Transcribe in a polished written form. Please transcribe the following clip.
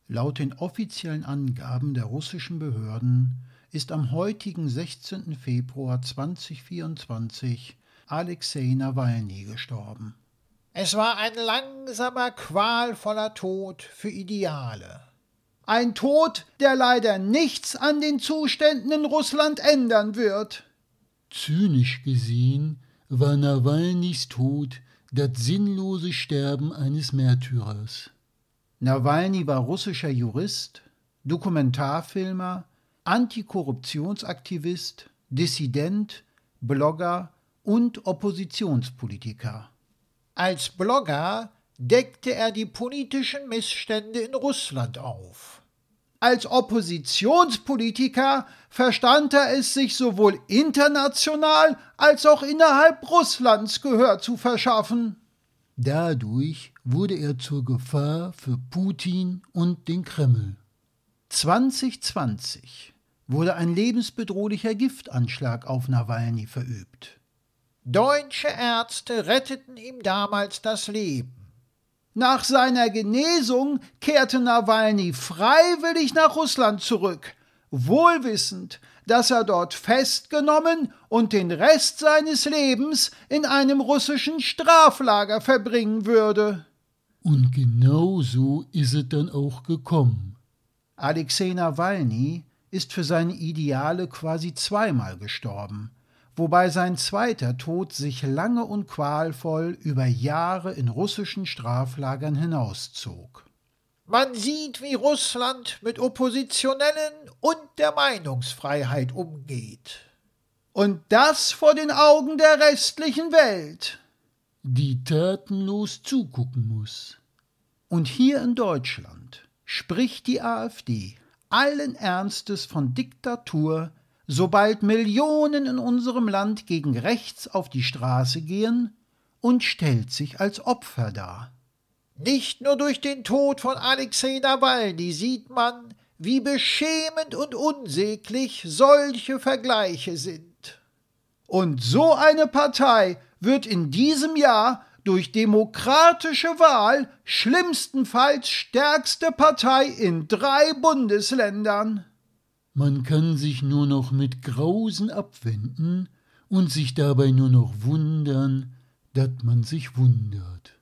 Laut den offiziellen Angaben der russischen Behörden ist am heutigen 16. Februar 2024 Alexei Nawalny gestorben. Es war ein langsamer, qualvoller Tod für Ideale. Ein Tod, der leider nichts an den Zuständen in Russland ändern wird. Zynisch gesehen war Nawalnys Tod das sinnlose Sterben eines Märtyrers. Nawalny war russischer Jurist, Dokumentarfilmer, Antikorruptionsaktivist, Dissident, Blogger und Oppositionspolitiker. Als Blogger deckte er die politischen Missstände in Russland auf. Als Oppositionspolitiker verstand er es, sich sowohl international als auch innerhalb Russlands Gehör zu verschaffen. Dadurch wurde er zur Gefahr für Putin und den Kreml. 2020 wurde ein lebensbedrohlicher Giftanschlag auf Nawalny verübt. Deutsche Ärzte retteten ihm damals das Leben. Nach seiner Genesung kehrte Nawalny freiwillig nach Russland zurück, wohlwissend, dass er dort festgenommen und den Rest seines Lebens in einem russischen Straflager verbringen würde. Und genau so ist es dann auch gekommen. Alexei Nawalny ist für seine Ideale quasi zweimal gestorben, wobei sein zweiter Tod sich lange und qualvoll über Jahre in russischen Straflagern hinauszog. Man sieht, wie Russland mit Oppositionellen und der Meinungsfreiheit umgeht. Und das vor den Augen der restlichen Welt, die tatenlos zugucken muss. Und hier in Deutschland spricht die AfD allen Ernstes von Diktatur, sobald Millionen in unserem Land gegen rechts auf die Straße gehen, und stellt sich als Opfer dar. Nicht nur durch den Tod von Alexei Nawalny sieht man, wie beschämend und unsäglich solche Vergleiche sind. Und so eine Partei wird in diesem Jahr durch demokratische Wahl schlimmstenfalls stärkste Partei in 3 Bundesländern. Man kann sich nur noch mit Grausen abwenden und sich dabei nur noch wundern, dass man sich wundert.